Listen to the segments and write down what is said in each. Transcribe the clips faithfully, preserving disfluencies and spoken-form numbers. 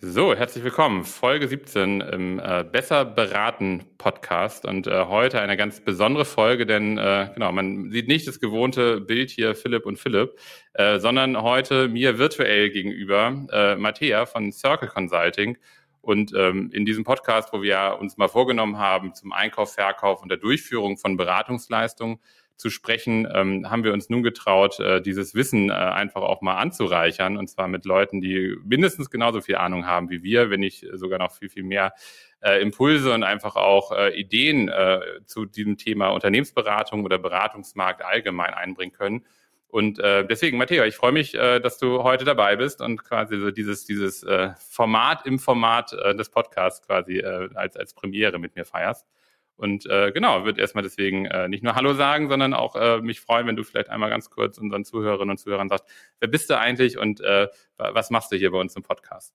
So, herzlich willkommen. Folge siebzehn im äh, Besser beraten Podcast und äh, heute eine ganz besondere Folge, denn äh, genau, man sieht nicht das gewohnte Bild hier Philipp und Philipp, äh, sondern heute mir virtuell gegenüber äh, Mattea von Circle Consulting. Und ähm, in diesem Podcast, wo wir uns mal vorgenommen haben, zum Einkauf, Verkauf und der Durchführung von Beratungsleistungen zu sprechen, ähm, haben wir uns nun getraut, äh, dieses Wissen äh, einfach auch mal anzureichern, und zwar mit Leuten, die mindestens genauso viel Ahnung haben wie wir, wenn nicht sogar noch viel, viel mehr äh, Impulse und einfach auch äh, Ideen äh, zu diesem Thema Unternehmensberatung oder Beratungsmarkt allgemein einbringen können. Und äh, deswegen, Mattea, ich freue mich, äh, dass du heute dabei bist und quasi so dieses, dieses äh, Format im Format äh, des Podcasts quasi äh, als, als Premiere mit mir feierst. Und äh, genau, würde erstmal deswegen äh, nicht nur Hallo sagen, sondern auch äh, mich freuen, wenn du vielleicht einmal ganz kurz unseren Zuhörerinnen und Zuhörern sagst, wer bist du eigentlich und äh, was machst du hier bei uns im Podcast?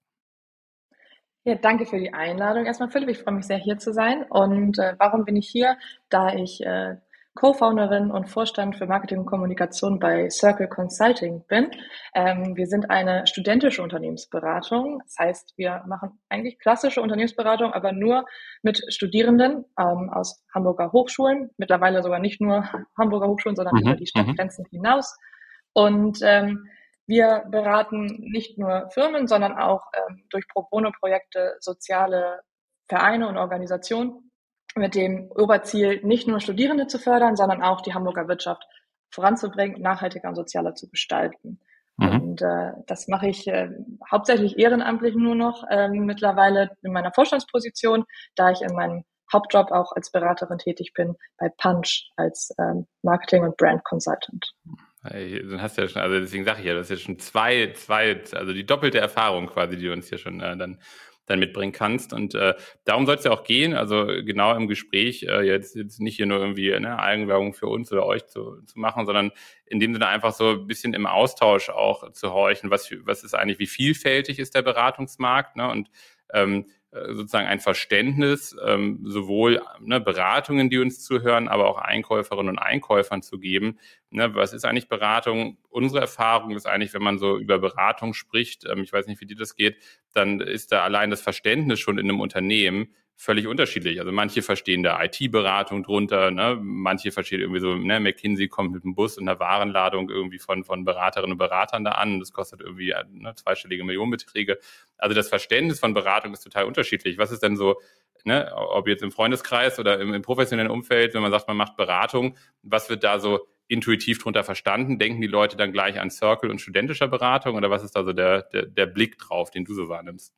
Ja, danke für die Einladung. Erstmal, Philipp, ich freue mich sehr, hier zu sein. Und äh, warum bin ich hier? Da ich äh, Co-Founderin und Vorstand für Marketing und Kommunikation bei Circle Consulting bin. Ähm, wir sind eine studentische Unternehmensberatung. Das heißt, wir machen eigentlich klassische Unternehmensberatung, aber nur mit Studierenden ähm, aus Hamburger Hochschulen. Mittlerweile sogar nicht nur Hamburger Hochschulen, sondern Mhm, über die mhm. Stadtgrenzen hinaus. Und ähm, wir beraten nicht nur Firmen, sondern auch ähm, durch Pro-Bono-Projekte soziale Vereine und Organisationen mit dem Oberziel, nicht nur Studierende zu fördern, sondern auch die Hamburger Wirtschaft voranzubringen, nachhaltiger und sozialer zu gestalten. Mhm. Und äh, das mache ich äh, hauptsächlich ehrenamtlich nur noch ähm, mittlerweile in meiner Vorstandsposition, da ich in meinem Hauptjob auch als Beraterin tätig bin bei Punch als ähm, Marketing- und Brand-Consultant. Hey, du hast ja schon, also deswegen sage ich ja, das ist ja schon zwei, zwei, also die doppelte Erfahrung quasi, die du uns hier schon äh, dann dann mitbringen kannst. Und äh, darum soll es ja auch gehen, also genau im Gespräch, äh, jetzt, jetzt nicht hier nur irgendwie eine Eigenwerbung für uns oder euch zu, zu machen, sondern in dem Sinne einfach so ein bisschen im Austausch auch zu horchen, was, was ist eigentlich, wie vielfältig ist der Beratungsmarkt, ne? Und ähm, sozusagen ein Verständnis, ähm, sowohl ne, Beratungen, die uns zuhören, aber auch Einkäuferinnen und Einkäufern zu geben. Ne, was ist eigentlich Beratung? Unsere Erfahrung ist eigentlich, wenn man so über Beratung spricht, ähm, ich weiß nicht, wie dir das geht, dann ist da allein das Verständnis schon in einem Unternehmen völlig unterschiedlich. Also manche verstehen da I T-Beratung drunter, ne? Manche verstehen irgendwie so, ne, McKinsey kommt mit dem Bus und einer Warenladung irgendwie von, von Beraterinnen und Beratern da an. Das kostet irgendwie ne, zweistellige Millionenbeträge. Also das Verständnis von Beratung ist total unterschiedlich. Was ist denn so, ne, ob jetzt im Freundeskreis oder im, im professionellen Umfeld, wenn man sagt, man macht Beratung, was wird da so intuitiv drunter verstanden? Denken die Leute dann gleich an Circle und studentischer Beratung oder was ist da so der, der, der Blick drauf, den du so wahrnimmst?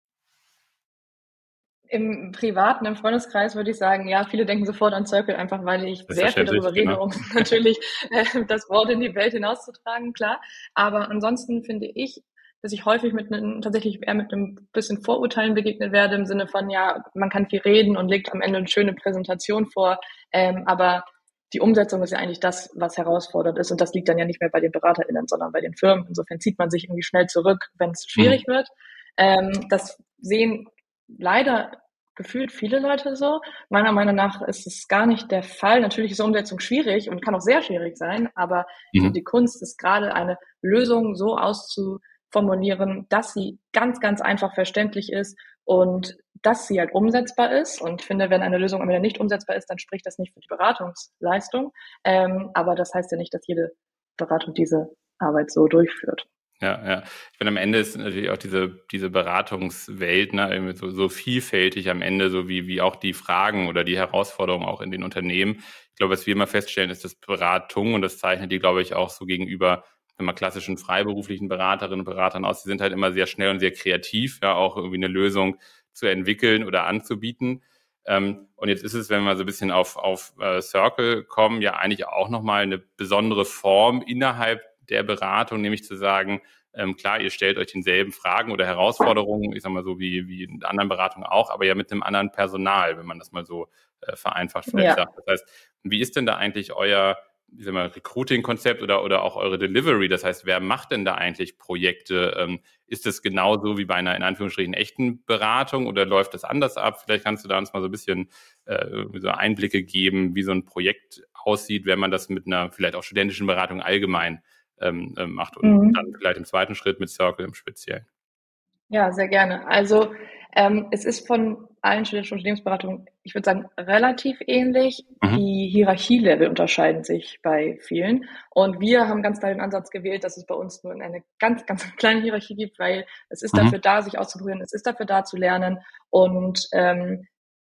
Im Privaten, im Freundeskreis würde ich sagen, ja, viele denken sofort an Circle, einfach weil ich sehr viel darüber rede, Genau. um natürlich äh, das Wort in die Welt hinauszutragen, klar. Aber ansonsten finde ich, dass ich häufig mit einem, tatsächlich eher mit einem bisschen Vorurteilen begegnet werde, im Sinne von, ja, man kann viel reden und legt am Ende eine schöne Präsentation vor, ähm, aber die Umsetzung ist ja eigentlich das, was herausfordernd ist. Und das liegt dann ja nicht mehr bei den BeraterInnen, sondern bei den Firmen. Insofern zieht man sich irgendwie schnell zurück, wenn es schwierig Mhm. wird. Ähm, das sehen leider gefühlt viele Leute so. Meiner Meinung nach ist es gar nicht der Fall. Natürlich ist Umsetzung schwierig und kann auch sehr schwierig sein, aber ich finde, Mhm. die Kunst ist gerade eine Lösung so auszuformulieren, dass sie ganz, ganz einfach verständlich ist und dass sie halt umsetzbar ist. Und ich finde, wenn eine Lösung am Ende nicht umsetzbar ist, dann spricht das nicht für die Beratungsleistung. Ähm, aber das heißt ja nicht, dass jede Beratung diese Arbeit so durchführt. Ja, ja. Ich finde, am Ende ist natürlich auch diese, diese Beratungswelt, ne, irgendwie so, so vielfältig am Ende, so wie, wie auch die Fragen oder die Herausforderungen auch in den Unternehmen. Ich glaube, was wir immer feststellen, ist, dass Beratung, und das zeichnet die, glaube ich, auch so gegenüber, wenn man klassischen freiberuflichen Beraterinnen und Beratern aus, die sind halt immer sehr schnell und sehr kreativ, ja, auch irgendwie eine Lösung zu entwickeln oder anzubieten. Ähm, und jetzt ist es, wenn wir so ein bisschen auf, auf äh, Circle kommen, ja eigentlich auch nochmal eine besondere Form innerhalb der Beratung, nämlich zu sagen, ähm, klar, ihr stellt euch denselben Fragen oder Herausforderungen, ich sag mal so wie, wie in anderen Beratungen auch, aber ja mit einem anderen Personal, wenn man das mal so äh, vereinfacht vielleicht Ja. sagt. Das heißt, wie ist denn da eigentlich euer, ich sag mal, Recruiting-Konzept oder, oder auch eure Delivery? Das heißt, wer macht denn da eigentlich Projekte? Ähm, ist das genauso wie bei einer, in Anführungsstrichen, echten Beratung oder läuft das anders ab? Vielleicht kannst du da uns mal so ein bisschen äh, so Einblicke geben, wie so ein Projekt aussieht, wenn man das mit einer vielleicht auch studentischen Beratung allgemein ähm, macht und dann Mhm. vielleicht im zweiten Schritt mit Circle im Speziellen. Ja, sehr gerne. Also ähm, es ist von allen studentischen Unternehmensberatungen, ich würde sagen, relativ ähnlich. Mhm. Die Hierarchielevel unterscheiden sich bei vielen. Und wir haben ganz klar den Ansatz gewählt, dass es bei uns nur eine ganz, ganz kleine Hierarchie gibt, weil es ist Mhm. dafür da, sich auszuprobieren, es ist dafür da zu lernen. Und ähm,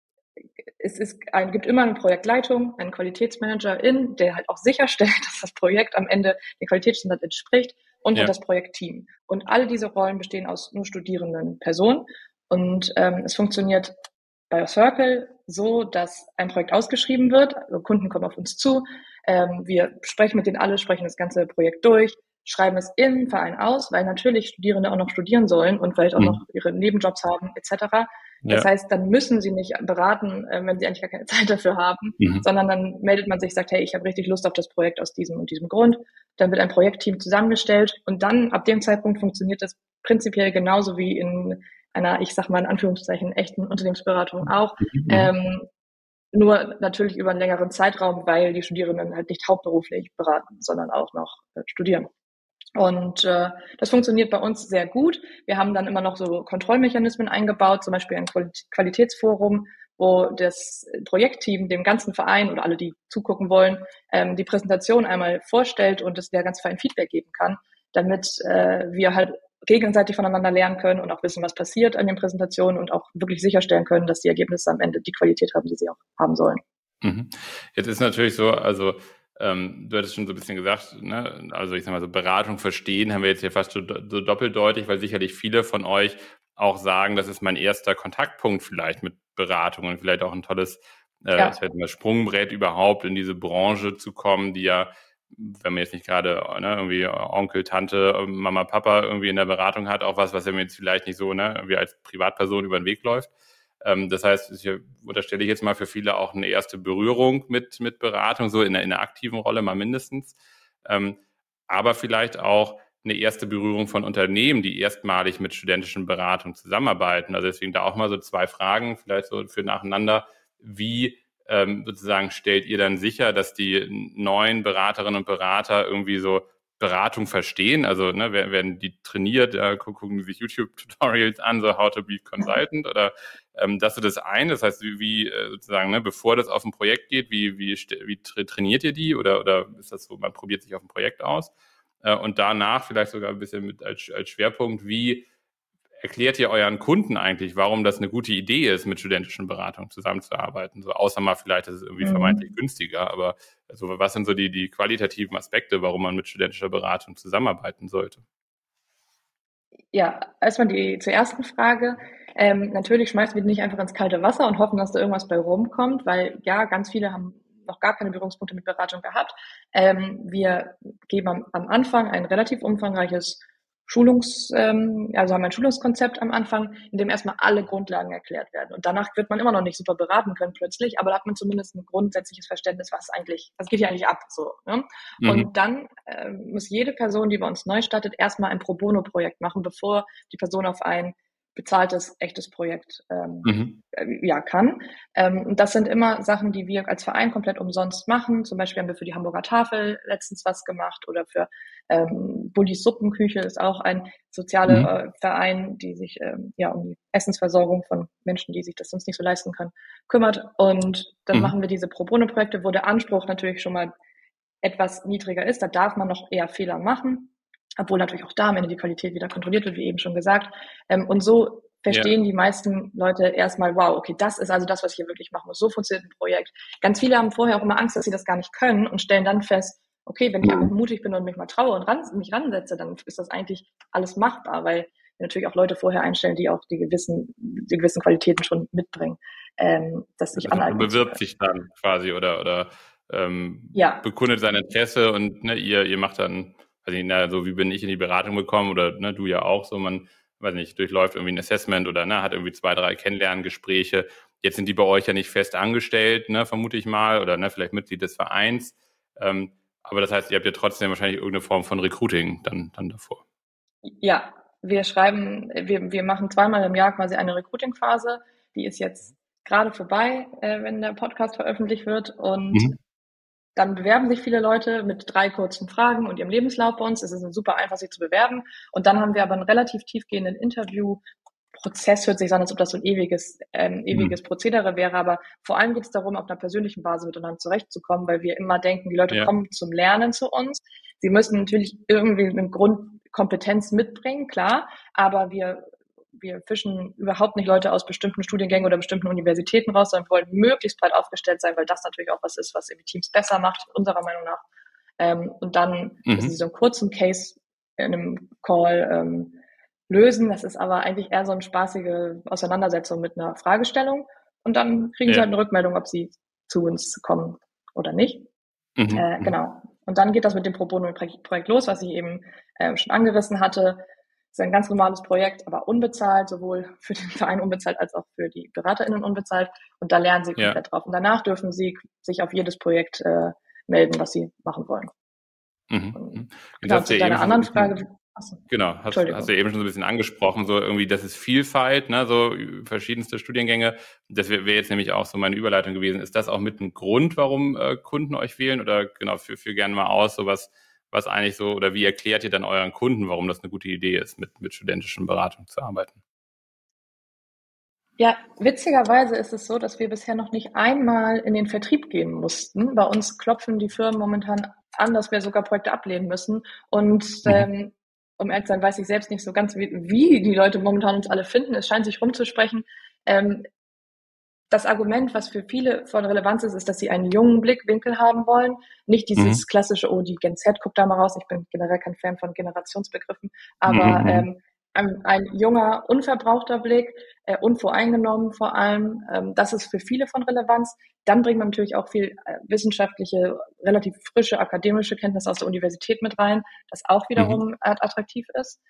es ist ein, gibt immer eine Projektleitung, einen Qualitätsmanagerin, der halt auch sicherstellt, dass das Projekt am Ende den Qualitätsstandard entspricht und halt Ja. das Projektteam. Und alle diese Rollen bestehen aus nur studierenden Personen. Und ähm, es funktioniert bei Circle so, dass ein Projekt ausgeschrieben wird. Also Kunden kommen auf uns zu. Ähm, wir sprechen mit denen alle, sprechen das ganze Projekt durch, schreiben es im Verein aus, weil natürlich Studierende auch noch studieren sollen und vielleicht auch noch Mhm. ihre Nebenjobs haben et cetera. Das Ja. heißt, dann müssen sie nicht beraten, äh, wenn sie eigentlich gar keine Zeit dafür haben, Mhm. sondern dann meldet man sich, sagt, hey, ich habe richtig Lust auf das Projekt aus diesem und diesem Grund. Dann wird ein Projektteam zusammengestellt und dann ab dem Zeitpunkt funktioniert das prinzipiell genauso wie in einer, ich sag mal in Anführungszeichen, echten Unternehmensberatung auch. Mhm. Ähm, nur natürlich über einen längeren Zeitraum, weil die Studierenden halt nicht hauptberuflich beraten, sondern auch noch äh, studieren. Und äh, das funktioniert bei uns sehr gut. Wir haben dann immer noch so Kontrollmechanismen eingebaut, zum Beispiel ein Qualitätsforum, wo das Projektteam dem ganzen Verein oder alle, die zugucken wollen, ähm, die Präsentation einmal vorstellt und es der ganze Verein Feedback geben kann, damit äh, wir halt gegenseitig voneinander lernen können und auch wissen, was passiert an den Präsentationen und auch wirklich sicherstellen können, dass die Ergebnisse am Ende die Qualität haben, die sie auch haben sollen. Mhm. Jetzt ist natürlich so, also ähm, du hattest schon so ein bisschen gesagt, ne? Also ich sag mal so Beratung verstehen haben wir jetzt hier fast so, so doppeldeutig, weil sicherlich viele von euch auch sagen, das ist mein erster Kontaktpunkt vielleicht mit Beratung und vielleicht auch ein tolles, äh, Ja. ich sag mal, Sprungbrett überhaupt in diese Branche zu kommen, die ja, wenn man jetzt nicht gerade ne, irgendwie Onkel, Tante, Mama, Papa irgendwie in der Beratung hat, auch was, was ja mir jetzt vielleicht nicht so ne, irgendwie als Privatperson über den Weg läuft. Ähm, das heißt, ich unterstelle ich jetzt mal für viele auch eine erste Berührung mit, mit Beratung, so in einer, in einer aktiven Rolle mal mindestens. Ähm, aber vielleicht auch eine erste Berührung von Unternehmen, die erstmalig mit studentischen Beratungen zusammenarbeiten. Also deswegen da auch mal so zwei Fragen, vielleicht so für nacheinander. Wie ähm, sozusagen stellt ihr dann sicher, dass die neuen Beraterinnen und Berater irgendwie so Beratung verstehen? Also ne, werden die trainiert, ja, gucken die sich YouTube-Tutorials an, so How to be Consultant oder ähm, das ist das eine, das heißt, wie, wie sozusagen, ne, bevor das auf ein Projekt geht, wie, wie, wie trainiert ihr die oder, oder ist das so, man probiert sich auf ein Projekt aus? Äh, und danach vielleicht sogar ein bisschen mit als, als Schwerpunkt, wie erklärt ihr euren Kunden eigentlich, warum das eine gute Idee ist, mit studentischen Beratungen zusammenzuarbeiten? So, außer mal vielleicht, das ist irgendwie vermeintlich Mhm. günstiger, aber also, was sind so die, die qualitativen Aspekte, warum man mit studentischer Beratung zusammenarbeiten sollte? Ja, erstmal die zur ersten Frage. Ähm, natürlich schmeißen wir die nicht einfach ins kalte Wasser und hoffen, dass da irgendwas bei rumkommt, weil ja, ganz viele haben noch gar keine Berührungspunkte mit Beratung gehabt. Ähm, wir geben am, am Anfang ein relativ umfangreiches Schulungs, ähm, also haben ein Schulungskonzept am Anfang, in dem erstmal alle Grundlagen erklärt werden. Und danach wird man immer noch nicht super beraten können plötzlich, aber da hat man zumindest ein grundsätzliches Verständnis, was eigentlich, was geht hier eigentlich ab, so, ne? Mhm. Und dann äh, muss jede Person, die bei uns neu startet, erstmal ein Pro-Bono-Projekt machen, bevor die Person auf ein bezahltes, echtes Projekt ähm, Mhm. ja, kann. Ähm, und das sind immer Sachen, die wir als Verein komplett umsonst machen. Zum Beispiel haben wir für die Hamburger Tafel letztens was gemacht oder für ähm, Bullis Suppenküche ist auch ein sozialer Mhm. äh, Verein, die sich ähm, ja um die Essensversorgung von Menschen, die sich das sonst nicht so leisten können, kümmert. Und dann Mhm. machen wir diese Pro-Bono-Projekte, wo der Anspruch natürlich schon mal etwas niedriger ist. Da darf man noch eher Fehler machen, obwohl natürlich auch da am Ende die Qualität wieder kontrolliert wird, wie eben schon gesagt. Ähm, und so Ja. verstehen die meisten Leute erstmal, wow, okay, das ist also das, was ich hier wirklich machen muss. So funktioniert ein Projekt. Ganz viele haben vorher auch immer Angst, dass sie das gar nicht können und stellen dann fest, okay, wenn ich einfach Mhm. mutig bin und mich mal traue und ran, mich ransetze, dann ist das eigentlich alles machbar, weil wir natürlich auch Leute vorher einstellen, die auch die gewissen, die gewissen Qualitäten schon mitbringen, ähm, das sich Also aneignen zu bewirbt können. sich dann quasi oder, oder ähm, Ja, bekundet sein Interesse und ne, ihr, ihr macht dann, also na, so wie bin ich in die Beratung gekommen oder ne, du ja auch so, man, weiß nicht, durchläuft irgendwie ein Assessment oder ne, hat irgendwie zwei, drei Kennenlerngespräche. Jetzt sind die bei euch ja nicht fest angestellt, ne, vermute ich mal, oder ne, vielleicht Mitglied des Vereins. Ähm, aber das heißt, ihr habt ja trotzdem wahrscheinlich irgendeine Form von Recruiting dann, dann davor. ja, wir schreiben, wir, wir machen zweimal im Jahr quasi eine Recruiting-Phase. Die ist jetzt gerade vorbei, äh, wenn der Podcast veröffentlicht wird. Und Mhm. dann bewerben sich viele Leute mit drei kurzen Fragen und ihrem Lebenslauf bei uns. Es ist super einfach, sich zu bewerben. Und dann haben wir aber einen relativ tiefgehenden Interviewprozess. Hört sich an, als ob das so ein ewiges, ähm, ewiges mhm. Prozedere wäre. Aber vor allem geht es darum, auf einer persönlichen Basis miteinander zurechtzukommen, weil wir immer denken, die Leute ja. kommen zum Lernen zu uns. Sie müssen natürlich irgendwie eine Grundkompetenz mitbringen, klar. Aber wir wir fischen überhaupt nicht Leute aus bestimmten Studiengängen oder bestimmten Universitäten raus, sondern wollen möglichst breit aufgestellt sein, weil das natürlich auch was ist, was irgendwie Teams besser macht, unserer Meinung nach. Ähm, und dann mhm. müssen sie so einen kurzen Case in einem Call ähm, lösen. Das ist aber eigentlich eher so eine spaßige Auseinandersetzung mit einer Fragestellung. Und dann kriegen ja. sie halt eine Rückmeldung, ob sie zu uns kommen oder nicht. Mhm. Äh, genau. Und dann geht das mit dem Pro Bono-Projekt los, was ich eben äh, schon angerissen hatte. Das ist ein ganz normales Projekt, aber unbezahlt, sowohl für den Verein unbezahlt als auch für die BeraterInnen unbezahlt. Und da lernen sie komplett ja. drauf. Und danach dürfen sie sich auf jedes Projekt äh, melden, was sie machen wollen. Mhm. Und, genau, zu deiner anderen Frage. Achso. Genau, hast, hast du eben schon so ein bisschen angesprochen, so irgendwie, das ist Vielfalt, ne, so verschiedenste Studiengänge. Das wäre wär jetzt nämlich auch so meine Überleitung gewesen. Ist das auch mit ein Grund, warum äh, Kunden euch wählen? Oder genau, führ, führ gerne mal aus, sowas, was eigentlich so, oder wie erklärt ihr dann euren Kunden, warum das eine gute Idee ist, mit, mit studentischen Beratungen zu arbeiten? Ja, witzigerweise ist es so, dass wir bisher noch nicht einmal in den Vertrieb gehen mussten. Bei uns klopfen die Firmen momentan an, dass wir sogar Projekte ablehnen müssen. Und mhm. ähm, um ehrlich zu sein, weiß ich selbst nicht so ganz, wie, wie die Leute momentan uns alle finden. Es scheint sich rumzusprechen. Ähm, Das Argument, was für viele von Relevanz ist, ist, dass sie einen jungen Blickwinkel haben wollen. Nicht dieses mhm. klassische, oh, die Gen Z, guck da mal raus. Ich bin generell kein Fan von Generationsbegriffen. Aber mhm. ähm, ein, ein junger, unverbrauchter Blick, äh, unvoreingenommen vor allem. Ähm, das ist für viele von Relevanz. Dann bringt man natürlich auch viel äh, wissenschaftliche, relativ frische akademische Kenntnis aus der Universität mit rein, das auch wiederum mhm. äh, attraktiv ist.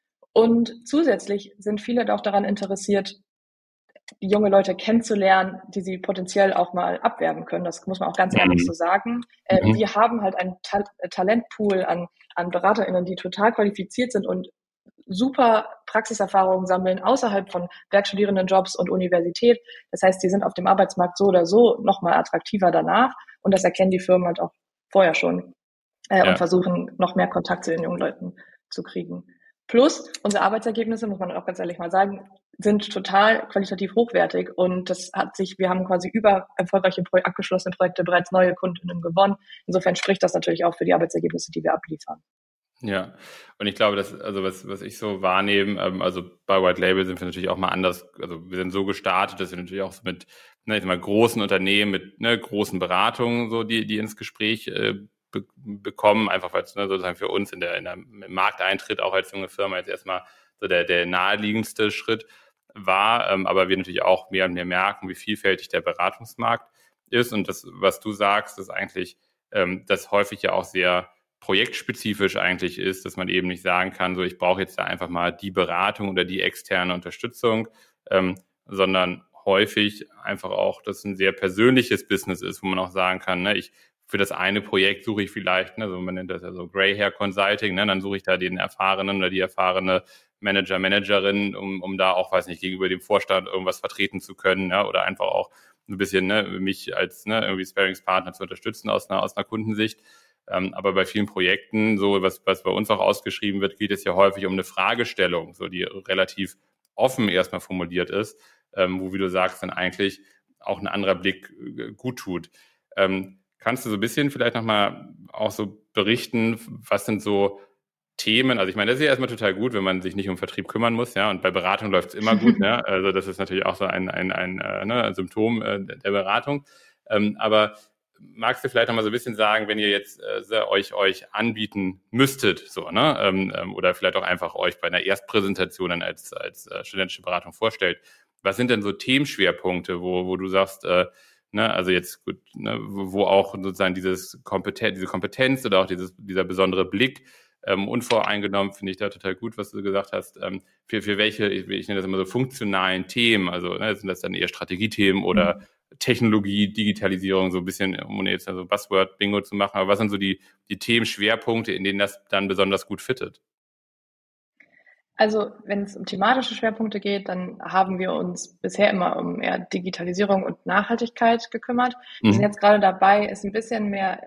Und zusätzlich sind viele auch daran interessiert, die junge Leute kennenzulernen, die sie potenziell auch mal abwerben können. Das muss man auch ganz ehrlich so sagen. Äh, mhm. Wir haben halt einen Ta- Talentpool an, an BeraterInnen, die total qualifiziert sind und super Praxiserfahrungen sammeln außerhalb von Werkstudierendenjobs und Universität. Das heißt, die sind auf dem Arbeitsmarkt so oder so nochmal attraktiver danach. Und das erkennen die Firmen halt auch vorher schon äh, ja. und versuchen, noch mehr Kontakt zu den jungen Leuten zu kriegen. Plus, unsere Arbeitsergebnisse, muss man auch ganz ehrlich mal sagen, sind total qualitativ hochwertig und das hat sich, wir haben quasi über erfolgreiche Pro- abgeschlossene Projekte bereits neue Kundinnen gewonnen. Insofern spricht das natürlich auch für die Arbeitsergebnisse, die wir abliefern. Ja, und ich glaube, dass, also was, was ich so wahrnehme, ähm, also bei White Label sind wir natürlich auch mal anders, also wir sind so gestartet, dass wir natürlich auch so mit, ne, ich sag mal, großen Unternehmen, mit ne, großen Beratungen, so die, die ins Gespräch äh, be- bekommen, einfach weil es ne, sozusagen für uns in der, in der im Markteintritt auch als junge Firma jetzt erstmal so der, der naheliegendste Schritt war, ähm, aber wir natürlich auch mehr und mehr merken, wie vielfältig der Beratungsmarkt ist und das, was du sagst, ist eigentlich, ähm, das häufig ja auch sehr projektspezifisch eigentlich ist, dass man eben nicht sagen kann, so ich brauche jetzt da einfach mal die Beratung oder die externe Unterstützung, ähm, sondern häufig einfach auch, dass ein sehr persönliches Business ist, wo man auch sagen kann, ne, ich für das eine Projekt suche ich vielleicht, ne, so man nennt das ja so Grey Hair Consulting, ne, dann suche ich da den erfahrenen oder die erfahrene Manager, Managerin, um, um da auch, weiß nicht, gegenüber dem Vorstand irgendwas vertreten zu können, ja, oder einfach auch ein bisschen ne, mich als ne, irgendwie Sparingspartner zu unterstützen aus einer, aus einer Kundensicht. Ähm, aber bei vielen Projekten, so was, was bei uns auch ausgeschrieben wird, geht es ja häufig um eine Fragestellung, so die relativ offen erstmal formuliert ist, ähm, wo, wie du sagst, dann eigentlich auch ein anderer Blick äh, gut tut. Ähm, kannst du so ein bisschen vielleicht nochmal auch so berichten, was sind so Themen, also ich meine, das ist ja erstmal total gut, wenn man sich nicht um Vertrieb kümmern muss, ja, und bei Beratung läuft es immer gut, ja, also das ist natürlich auch so ein, ein, ein, äh, ne, ein Symptom äh, der Beratung, ähm, aber magst du vielleicht noch mal so ein bisschen sagen, wenn ihr jetzt äh, euch euch anbieten müsstet, so, ne, ähm, oder vielleicht auch einfach euch bei einer Erstpräsentation dann als als äh, studentische Beratung vorstellt, was sind denn so Themenschwerpunkte, wo wo du sagst, äh, ne, also jetzt gut, ne, wo, wo auch sozusagen dieses Kompetenz, diese Kompetenz oder auch dieses dieser besondere Blick ähm, unvoreingenommen, finde ich da total gut, was du gesagt hast, ähm, für, für welche, ich, ich nenne das immer so funktionalen Themen, also ne, sind das dann eher Strategiethemen oder mhm. Technologie, Digitalisierung, so ein bisschen, um jetzt also Buzzword-Bingo zu machen, aber was sind so die, die Themenschwerpunkte, in denen das dann besonders gut fittet? Also, wenn es um thematische Schwerpunkte geht, dann haben wir uns bisher immer um eher Digitalisierung und Nachhaltigkeit gekümmert. Wir sind Mhm. jetzt gerade dabei, es ein bisschen mehr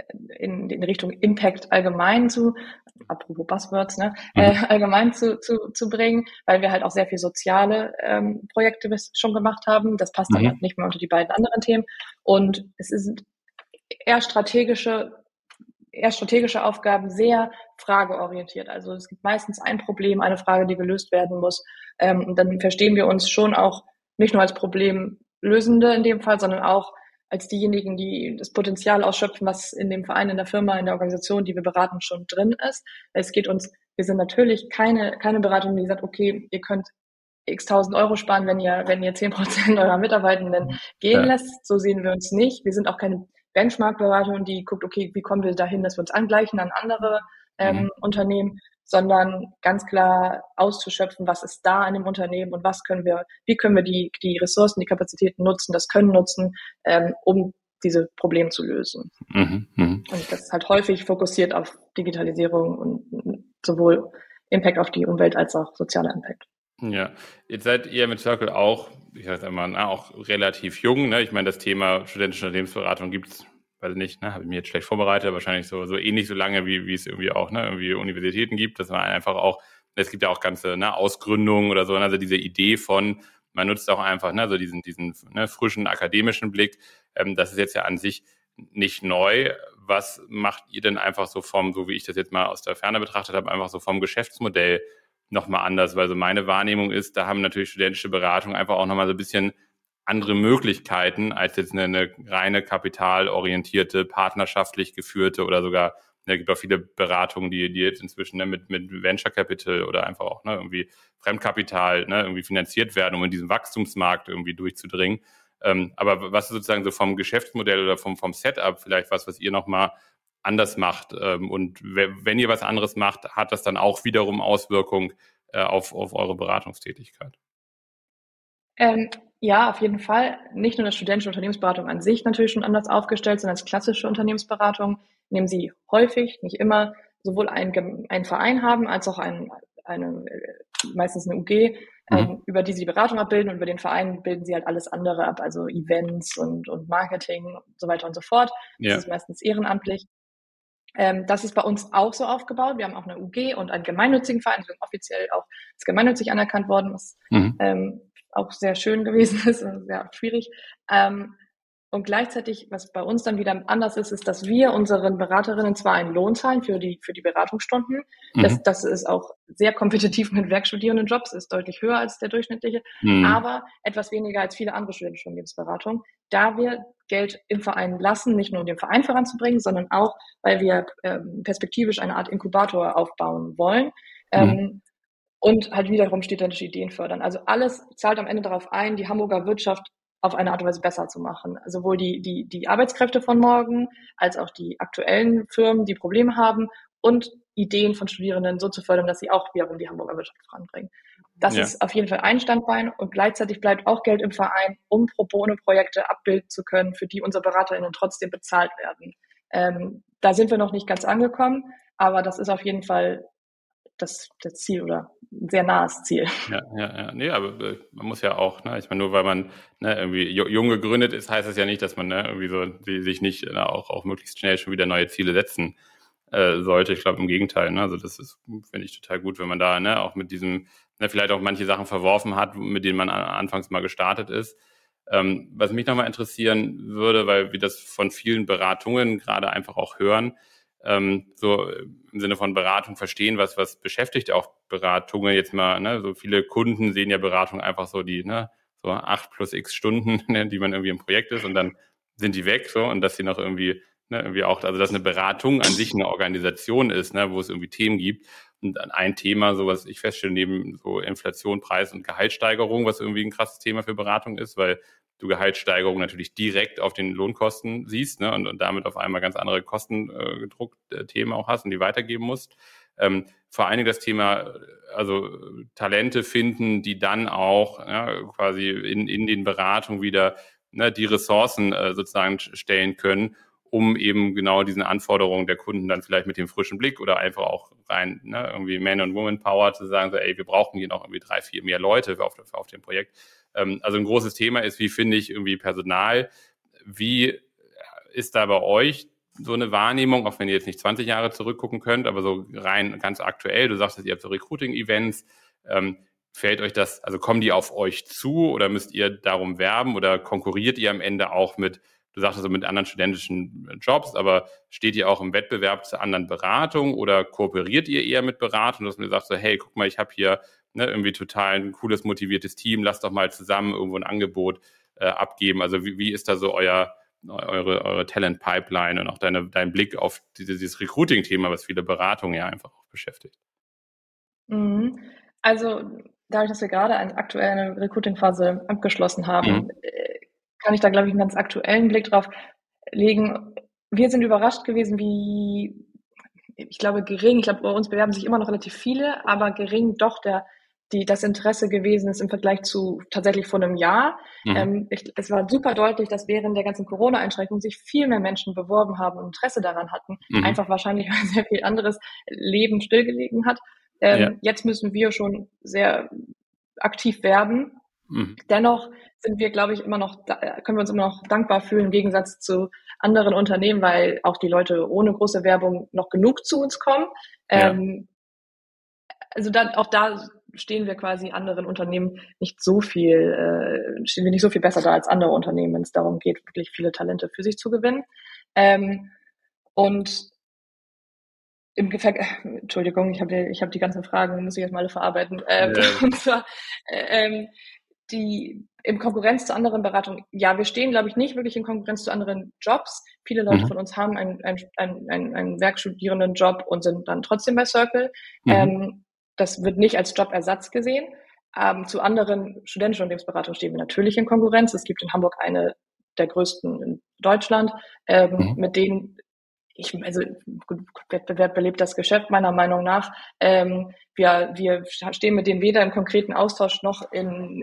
in, in Richtung Impact allgemein zu, apropos Buzzwords, ne, äh, Mhm. allgemein zu, zu, zu bringen, weil wir halt auch sehr viel soziale ähm, Projekte bis schon gemacht haben. Das passt dann halt Mhm. nicht mehr unter die beiden anderen Themen. Und es sind eher strategische eher strategische Aufgaben, sehr frageorientiert. Also es gibt meistens ein Problem, eine Frage, die gelöst werden muss. Ähm, und dann verstehen wir uns schon auch nicht nur als Problemlösende in dem Fall, sondern auch als diejenigen, die das Potenzial ausschöpfen, was in dem Verein, in der Firma, in der Organisation, die wir beraten, schon drin ist. Es geht uns, wir sind natürlich keine, keine Beratung, die sagt, okay, ihr könnt x tausend Euro sparen, wenn ihr, wenn ihr zehn Prozent eurer Mitarbeitenden gehen Ja. lässt. So sehen wir uns nicht. Wir sind auch keine Benchmark-Beratung, die guckt, okay, wie kommen wir dahin, dass wir uns angleichen an andere Mhm. ähm, Unternehmen, sondern ganz klar auszuschöpfen, was ist da in dem Unternehmen und was können wir, wie können wir die, die Ressourcen, die Kapazitäten nutzen, das Können nutzen, ähm, um diese Probleme zu lösen. Mhm. Mhm. Und das ist halt häufig fokussiert auf Digitalisierung und sowohl Impact auf die Umwelt als auch sozialer Impact. Ja, jetzt seid ihr mit Circle auch, ich sage jetzt einmal, na, auch relativ jung. Ne? Ich meine, das Thema studentische Unternehmensberatung gibt's, weiß ich nicht, ne, habe ich mir jetzt schlecht vorbereitet, wahrscheinlich so, so ähnlich so lange, wie, wie es irgendwie auch ne, irgendwie Universitäten gibt, dass man einfach auch, es gibt ja auch ganze ne, Ausgründungen oder so, also diese Idee von, man nutzt auch einfach ne, so diesen, diesen ne, frischen akademischen Blick. Ähm, das ist jetzt ja an sich nicht neu. Was macht ihr denn einfach so vom, so wie ich das jetzt mal aus der Ferne betrachtet habe, einfach so vom Geschäftsmodell nochmal anders, weil so meine Wahrnehmung ist, da haben natürlich studentische Beratungen einfach auch nochmal so ein bisschen andere Möglichkeiten als jetzt eine, eine reine kapitalorientierte, partnerschaftlich geführte oder sogar, ne, es gibt auch viele Beratungen, die, die jetzt inzwischen ne, mit, mit Venture Capital oder einfach auch ne, irgendwie Fremdkapital ne, irgendwie finanziert werden, um in diesen Wachstumsmarkt irgendwie durchzudringen. Ähm, aber was ist sozusagen so vom Geschäftsmodell oder vom, vom Setup vielleicht was, was ihr nochmal anders macht? Ähm, und wenn ihr was anderes macht, hat das dann auch wiederum Auswirkungen äh, auf, auf eure Beratungstätigkeit? Ähm, ja, auf jeden Fall. Nicht nur das studentische Unternehmensberatung an sich natürlich schon anders aufgestellt, sondern als klassische Unternehmensberatung, in dem sie häufig, nicht immer, sowohl einen, einen Verein haben, als auch ein, eine, meistens eine U G, Mhm. ähm, über die sie die Beratung abbilden, und über den Verein bilden sie halt alles andere ab, also Events und, und Marketing und so weiter und so fort. Das Ja. ist meistens ehrenamtlich. Ähm, das ist bei uns auch so aufgebaut. Wir haben auch eine U G und einen gemeinnützigen Verein, wir sind offiziell auch als gemeinnützig anerkannt worden, was Mhm. ähm, auch sehr schön gewesen ist und sehr schwierig. Ähm, und gleichzeitig, was bei uns dann wieder anders ist, ist, dass wir unseren Beraterinnen zwar einen Lohn zahlen für die, für die Beratungsstunden. Das, Mhm. das ist auch sehr kompetitiv mit Werkstudierendenjobs, ist deutlich höher als der durchschnittliche, Mhm. aber etwas weniger als viele andere studentische Unternehmensberatungen, da wir Geld im Verein lassen, nicht nur um den Verein voranzubringen, sondern auch, weil wir ähm, perspektivisch eine Art Inkubator aufbauen wollen. Mhm. Ähm, und halt wiederum studentische Ideen fördern. Also alles zahlt am Ende darauf ein, die Hamburger Wirtschaft auf eine Art und Weise besser zu machen. Sowohl die, die, die Arbeitskräfte von morgen, als auch die aktuellen Firmen, die Probleme haben, und Ideen von Studierenden so zu fördern, dass sie auch wiederum die Hamburger Wirtschaft voranbringen. Das Ja. ist auf jeden Fall ein Standbein, und gleichzeitig bleibt auch Geld im Verein, um Pro-Bono-Projekte abbilden zu können, für die unsere BeraterInnen trotzdem bezahlt werden. Ähm, da sind wir noch nicht ganz angekommen, aber das ist auf jeden Fall das, das Ziel oder ein sehr nahes Ziel. Ja, ja, ja. Nee, aber äh, man muss ja auch, ne, ich meine, nur weil man ne, irgendwie ju- jung gegründet ist, heißt das ja nicht, dass man ne, irgendwie so die, sich nicht äh, auch, auch möglichst schnell schon wieder neue Ziele setzen äh, sollte. Ich glaube im Gegenteil. Ne? Also das ist, finde ich, total gut, wenn man da ne, auch mit diesem, ne, vielleicht auch manche Sachen verworfen hat, mit denen man a- anfangs mal gestartet ist. Ähm, was mich nochmal interessieren würde, weil wir das von vielen Beratungen gerade einfach auch hören, ähm, so im Sinne von Beratung verstehen, was, was beschäftigt auch Beratungen jetzt mal, ne? So viele Kunden sehen ja Beratung einfach so die, ne, so acht plus x Stunden, ne, die man irgendwie im Projekt ist und dann sind die weg, so, und dass sie noch irgendwie, ne, irgendwie auch, also dass eine Beratung an sich eine Organisation ist, ne, wo es irgendwie Themen gibt. Und ein Thema, so was ich feststelle, neben so Inflation, Preis und Gehaltssteigerung, was irgendwie ein krasses Thema für Beratung ist, weil du Gehaltssteigerung natürlich direkt auf den Lohnkosten siehst, ne, und, und damit auf einmal ganz andere Kosten äh, gedruckt äh, Themen auch hast und die weitergeben musst. Ähm, vor allen Dingen das Thema, also Talente finden, die dann auch ja, quasi in, in den Beratungen wieder ne, die Ressourcen äh, sozusagen stellen können, um eben genau diesen Anforderungen der Kunden dann vielleicht mit dem frischen Blick oder einfach auch rein, ne, irgendwie Man- und Woman-Power zu sagen, so, ey, wir brauchen hier noch irgendwie drei, vier mehr Leute auf, auf dem Projekt. Ähm, also ein großes Thema ist, wie finde ich irgendwie Personal? Wie ist da bei euch so eine Wahrnehmung, auch wenn ihr jetzt nicht zwanzig Jahre zurückgucken könnt, aber so rein ganz aktuell, du sagst, ihr habt so Recruiting-Events, ähm, fällt euch das, also kommen die auf euch zu oder müsst ihr darum werben oder konkurriert ihr am Ende auch mit, du sagst also mit anderen studentischen Jobs, aber steht ihr auch im Wettbewerb zu anderen Beratungen oder kooperiert ihr eher mit Beratungen, dass man sagt so, hey, guck mal, ich habe hier ne, irgendwie total ein cooles, motiviertes Team, lasst doch mal zusammen irgendwo ein Angebot äh, abgeben. Also wie, wie ist da so euer eure, eure Talent-Pipeline und auch deine, dein Blick auf dieses, dieses Recruiting-Thema, was viele Beratungen ja einfach auch beschäftigt? Mhm. Also dadurch, dass wir gerade eine aktuelle Recruiting-Phase abgeschlossen haben, Mhm. äh, kann ich da, glaube ich, einen ganz aktuellen Blick drauf legen. Wir sind überrascht gewesen, wie, ich glaube, gering, ich glaube, bei uns bewerben sich immer noch relativ viele, aber gering doch der, die, das Interesse gewesen ist im Vergleich zu tatsächlich vor einem Jahr. Mhm. Ähm, ich, es war super deutlich, dass während der ganzen Corona-Einschränkungen sich viel mehr Menschen beworben haben und Interesse daran hatten. Mhm. Einfach wahrscheinlich, weil sehr viel anderes Leben stillgelegen hat. Ja. Ähm, jetzt müssen wir schon sehr aktiv werben. Mhm. Dennoch sind wir, glaube ich, immer noch, können wir uns immer noch dankbar fühlen im Gegensatz zu anderen Unternehmen, weil auch die Leute ohne große Werbung noch genug zu uns kommen. Ja. Ähm, also dann auch da stehen wir quasi anderen Unternehmen nicht so viel, äh, stehen wir nicht so viel besser da als andere Unternehmen, wenn es darum geht, wirklich viele Talente für sich zu gewinnen. Ähm, und im Gefäck, Entschuldigung, ich habe die, ich habe die ganzen Fragen, muss ich jetzt mal alle verarbeiten. Ähm, Ja. und zwar, äh, ähm, die in Konkurrenz zu anderen Beratungen, ja, wir stehen, glaube ich, nicht wirklich in Konkurrenz zu anderen Jobs. Viele Leute Mhm. von uns haben einen, einen, einen, einen Werkstudierendenjob und sind dann trotzdem bei Circle. Mhm. Ähm, das wird nicht als Jobersatz gesehen. Ähm, zu anderen studentischen Unternehmensberatungen stehen wir natürlich in Konkurrenz. Es gibt in Hamburg eine der größten in Deutschland, ähm, Mhm. mit denen ich, also Wettbewerb belebt das Geschäft meiner Meinung nach. Ähm, wir, wir stehen mit denen weder im konkreten Austausch noch in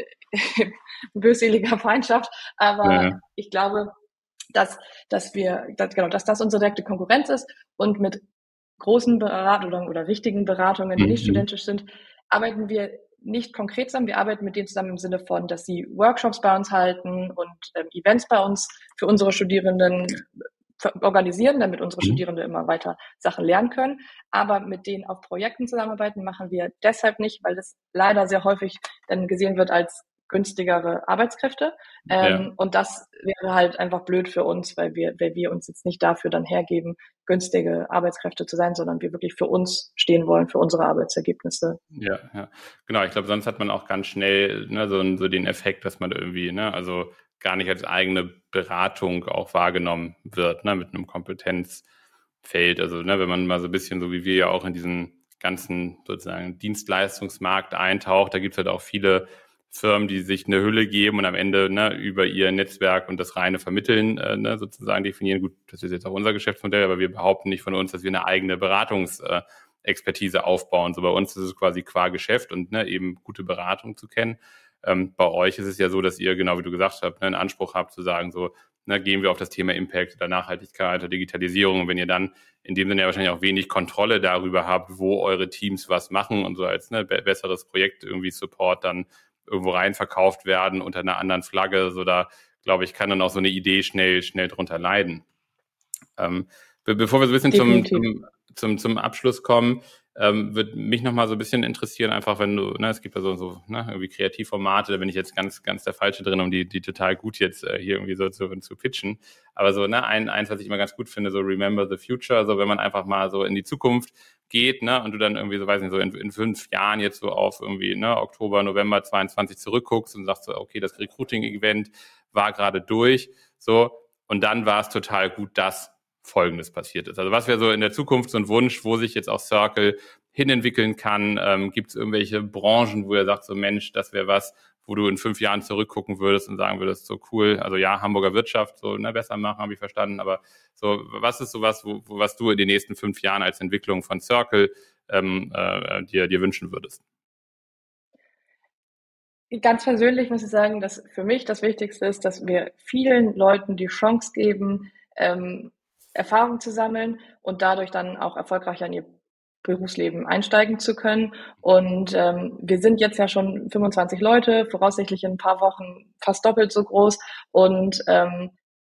böseliger Feindschaft, aber Ja. ich glaube, dass, dass wir, dass, genau, dass das unsere direkte Konkurrenz ist und mit großen Beratungen oder richtigen Beratungen, die nicht Mhm. studentisch sind, arbeiten wir nicht konkret zusammen. Wir arbeiten mit denen zusammen im Sinne von, dass sie Workshops bei uns halten und ähm, Events bei uns für unsere Studierenden organisieren, damit unsere Mhm. Studierende immer weiter Sachen lernen können. Aber mit denen auf Projekten zusammenarbeiten machen wir deshalb nicht, weil das leider sehr häufig dann gesehen wird als günstigere Arbeitskräfte. Ja. Ähm, und das wäre halt einfach blöd für uns, weil wir, weil wir uns jetzt nicht dafür dann hergeben, günstige Arbeitskräfte zu sein, sondern wir wirklich für uns stehen wollen, für unsere Arbeitsergebnisse. Ja, ja. Genau, ich glaube, sonst hat man auch ganz schnell ne, so, so den Effekt, dass man irgendwie, ne, also gar nicht als eigene Beratung auch wahrgenommen wird, ne, mit einem Kompetenzfeld. Also, ne, wenn man mal so ein bisschen, so wie wir ja auch in diesen ganzen sozusagen Dienstleistungsmarkt eintaucht, da gibt es halt auch viele Firmen, die sich eine Hülle geben und am Ende ne, über ihr Netzwerk und das reine Vermitteln äh, ne, sozusagen definieren. Gut, das ist jetzt auch unser Geschäftsmodell, aber wir behaupten nicht von uns, dass wir eine eigene Beratungs- äh, Expertise aufbauen. So bei uns ist es quasi qua Geschäft und ne, eben gute Beratung zu kennen. Ähm, bei euch ist es ja so, dass ihr, genau wie du gesagt hast, ne, einen Anspruch habt zu sagen, so ne, gehen wir auf das Thema Impact oder Nachhaltigkeit oder Digitalisierung. Und wenn ihr dann in dem Sinne ja wahrscheinlich auch wenig Kontrolle darüber habt, wo eure Teams was machen und so als ne, be- besseres Projekt irgendwie Support dann irgendwo rein verkauft werden unter einer anderen Flagge, so da glaube ich, kann dann auch so eine Idee schnell, schnell drunter leiden. Ähm, be bevor wir so ein bisschen zum, Definitiv. zum, zum, zum Abschluss kommen, ähm, würde mich nochmal so ein bisschen interessieren, einfach wenn du, ne, es gibt ja so, so ne, irgendwie Kreativformate, da bin ich jetzt ganz, ganz der Falsche drin, um die, die total gut jetzt äh, hier irgendwie so zu, zu pitchen. Aber so, ne, ein, eins, was ich immer ganz gut finde, so Remember the Future, so wenn man einfach mal so in die Zukunft geht, ne, und du dann irgendwie so, weiß nicht, so in, in fünf Jahren jetzt so auf irgendwie, ne, Oktober, November zweiundzwanzig zurückguckst und sagst so, okay, das Recruiting-Event war gerade durch, so, und dann war es total gut, dass Folgendes passiert ist. Also was wäre so in der Zukunft so ein Wunsch, wo sich jetzt auch Circle hinentwickeln kann? Ähm, Gibt es irgendwelche Branchen, wo ihr sagt, so Mensch, das wäre was, wo du in fünf Jahren zurückgucken würdest und sagen würdest, so cool, also ja, Hamburger Wirtschaft, so ne, besser machen, habe ich verstanden, aber so, was ist so was, wo, wo, was du in den nächsten fünf Jahren als Entwicklung von Circle ähm, äh, dir, dir wünschen würdest? Ganz persönlich muss ich sagen, dass für mich das Wichtigste ist, dass wir vielen Leuten die Chance geben, ähm, Erfahrung zu sammeln und dadurch dann auch erfolgreicher in ihr Berufsleben einsteigen zu können. Und ähm, wir sind jetzt ja schon fünfundzwanzig Leute, voraussichtlich in ein paar Wochen fast doppelt so groß. Und ähm,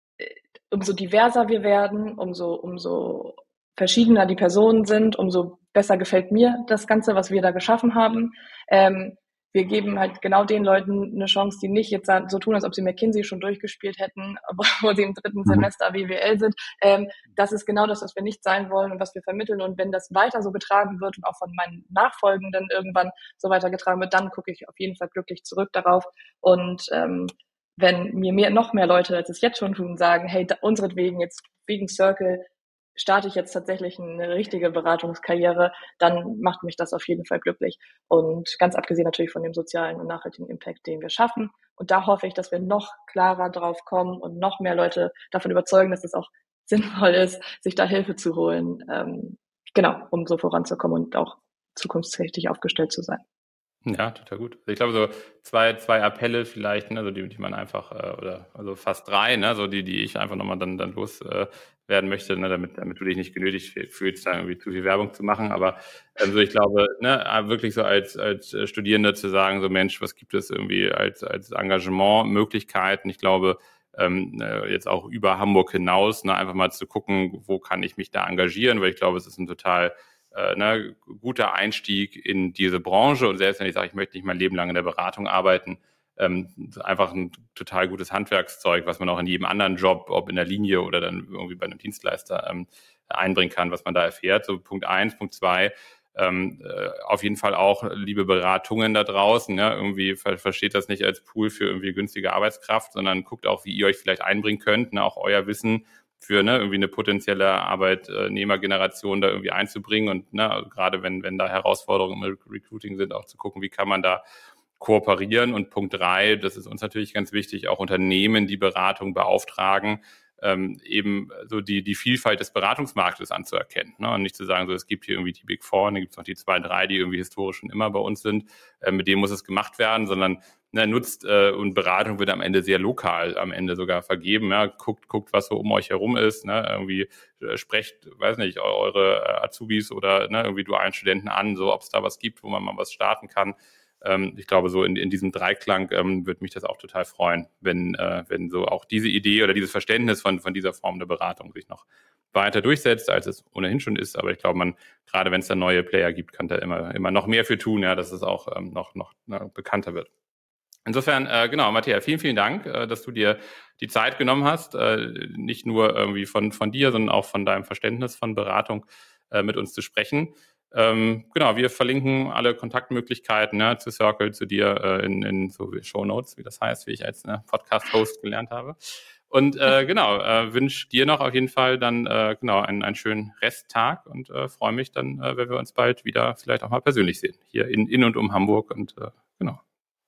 umso diverser wir werden, umso, umso verschiedener die Personen sind, umso besser gefällt mir das Ganze, was wir da geschaffen haben. Ähm, wir geben halt genau den Leuten eine Chance, die nicht jetzt so tun, als ob sie McKinsey schon durchgespielt hätten, obwohl sie im dritten Mhm. Semester B W L sind. Ähm, das ist genau das, was wir nicht sein wollen und was wir vermitteln. Und wenn das weiter so getragen wird und auch von meinen Nachfolgenden irgendwann so weitergetragen wird, dann gucke ich auf jeden Fall glücklich zurück darauf. Und ähm, wenn mir mehr, noch mehr Leute, als es jetzt schon tun, sagen, hey, da, unseretwegen, jetzt wegen Circle, starte ich jetzt tatsächlich eine richtige Beratungskarriere, dann macht mich das auf jeden Fall glücklich. Und ganz abgesehen natürlich von dem sozialen und nachhaltigen Impact, den wir schaffen. Und da hoffe ich, dass wir noch klarer drauf kommen und noch mehr Leute davon überzeugen, dass es auch sinnvoll ist, sich da Hilfe zu holen. Ähm, genau, um so voranzukommen und auch zukunftsträchtig aufgestellt zu sein. Ja, total gut. Also ich glaube, so zwei, zwei Appelle vielleicht, ne, so die, die man einfach, äh, oder also fast drei, ne, so die, die ich einfach nochmal dann, dann loswerden äh, werden möchte, ne, damit, damit du dich nicht genötigt fühlst, da irgendwie zu viel Werbung zu machen. Aber ähm, so ich glaube, ne, wirklich so als, als Studierende zu sagen, so Mensch, was gibt es irgendwie als, als Engagementmöglichkeiten? Ich glaube, ähm, jetzt auch über Hamburg hinaus, ne, einfach mal zu gucken, wo kann ich mich da engagieren, weil ich glaube, es ist ein total Äh, ne, guter Einstieg in diese Branche. Und selbst wenn ich sage, ich möchte nicht mein Leben lang in der Beratung arbeiten, ähm, einfach ein total gutes Handwerkszeug, was man auch in jedem anderen Job, ob in der Linie oder dann irgendwie bei einem Dienstleister ähm, einbringen kann, was man da erfährt. So Punkt eins. Punkt zwei, ähm, äh, auf jeden Fall auch, liebe Beratungen da draußen, ne, irgendwie ver versteht das nicht als Pool für irgendwie günstige Arbeitskraft, sondern guckt auch, wie ihr euch vielleicht einbringen könnt, ne, auch euer Wissen für ne, irgendwie eine potenzielle Arbeitnehmergeneration da irgendwie einzubringen und ne, gerade wenn, wenn da Herausforderungen im Recruiting sind, auch zu gucken, wie kann man da kooperieren. Und Punkt drei, das ist uns natürlich ganz wichtig, auch Unternehmen, die Beratung beauftragen, ähm, eben so die, die Vielfalt des Beratungsmarktes anzuerkennen. Ne? Und nicht zu sagen, so es gibt hier irgendwie die Big Four, und dann gibt es noch die zwei, drei, die irgendwie historisch schon immer bei uns sind, äh, mit denen muss es gemacht werden, sondern ne, nutzt äh, und Beratung wird am Ende sehr lokal am Ende sogar vergeben. Ja? Guckt, guckt, was so um euch herum ist. Ne? Irgendwie äh, sprecht, weiß nicht, eure Azubis oder ne, irgendwie dualen Studenten an, so ob es da was gibt, wo man mal was starten kann. Ähm, ich glaube, so in, in diesem Dreiklang ähm, würde mich das auch total freuen, wenn, äh, wenn so auch diese Idee oder dieses Verständnis von, von dieser Form der Beratung sich noch weiter durchsetzt, als es ohnehin schon ist. Aber ich glaube, man, gerade wenn es da neue Player gibt, kann da immer, immer noch mehr für tun, ja, dass es auch ähm, noch, noch ne, bekannter wird. Insofern, äh, genau, Matthäa, vielen, vielen Dank, äh, dass du dir die Zeit genommen hast, äh, nicht nur irgendwie von, von dir, sondern auch von deinem Verständnis von Beratung äh, mit uns zu sprechen. Ähm, genau, wir verlinken alle Kontaktmöglichkeiten ne, zu Circle, zu dir äh, in, in so Shownotes, wie das heißt, wie ich als ne, Podcast-Host gelernt habe. Und äh, genau, äh, wünsche dir noch auf jeden Fall dann äh, genau einen, einen schönen Resttag und äh, freue mich dann, äh, wenn wir uns bald wieder vielleicht auch mal persönlich sehen, hier in, in und um Hamburg und äh, genau.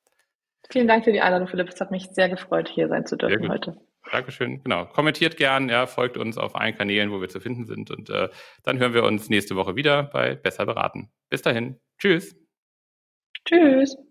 Vielen Dank für die Einladung, Philipp. Es hat mich sehr gefreut, hier sein zu dürfen heute. Dankeschön. Genau. Kommentiert gern, ja, folgt uns auf allen Kanälen, wo wir zu finden sind. Und äh, dann hören wir uns nächste Woche wieder bei Besser beraten. Bis dahin. Tschüss. Tschüss.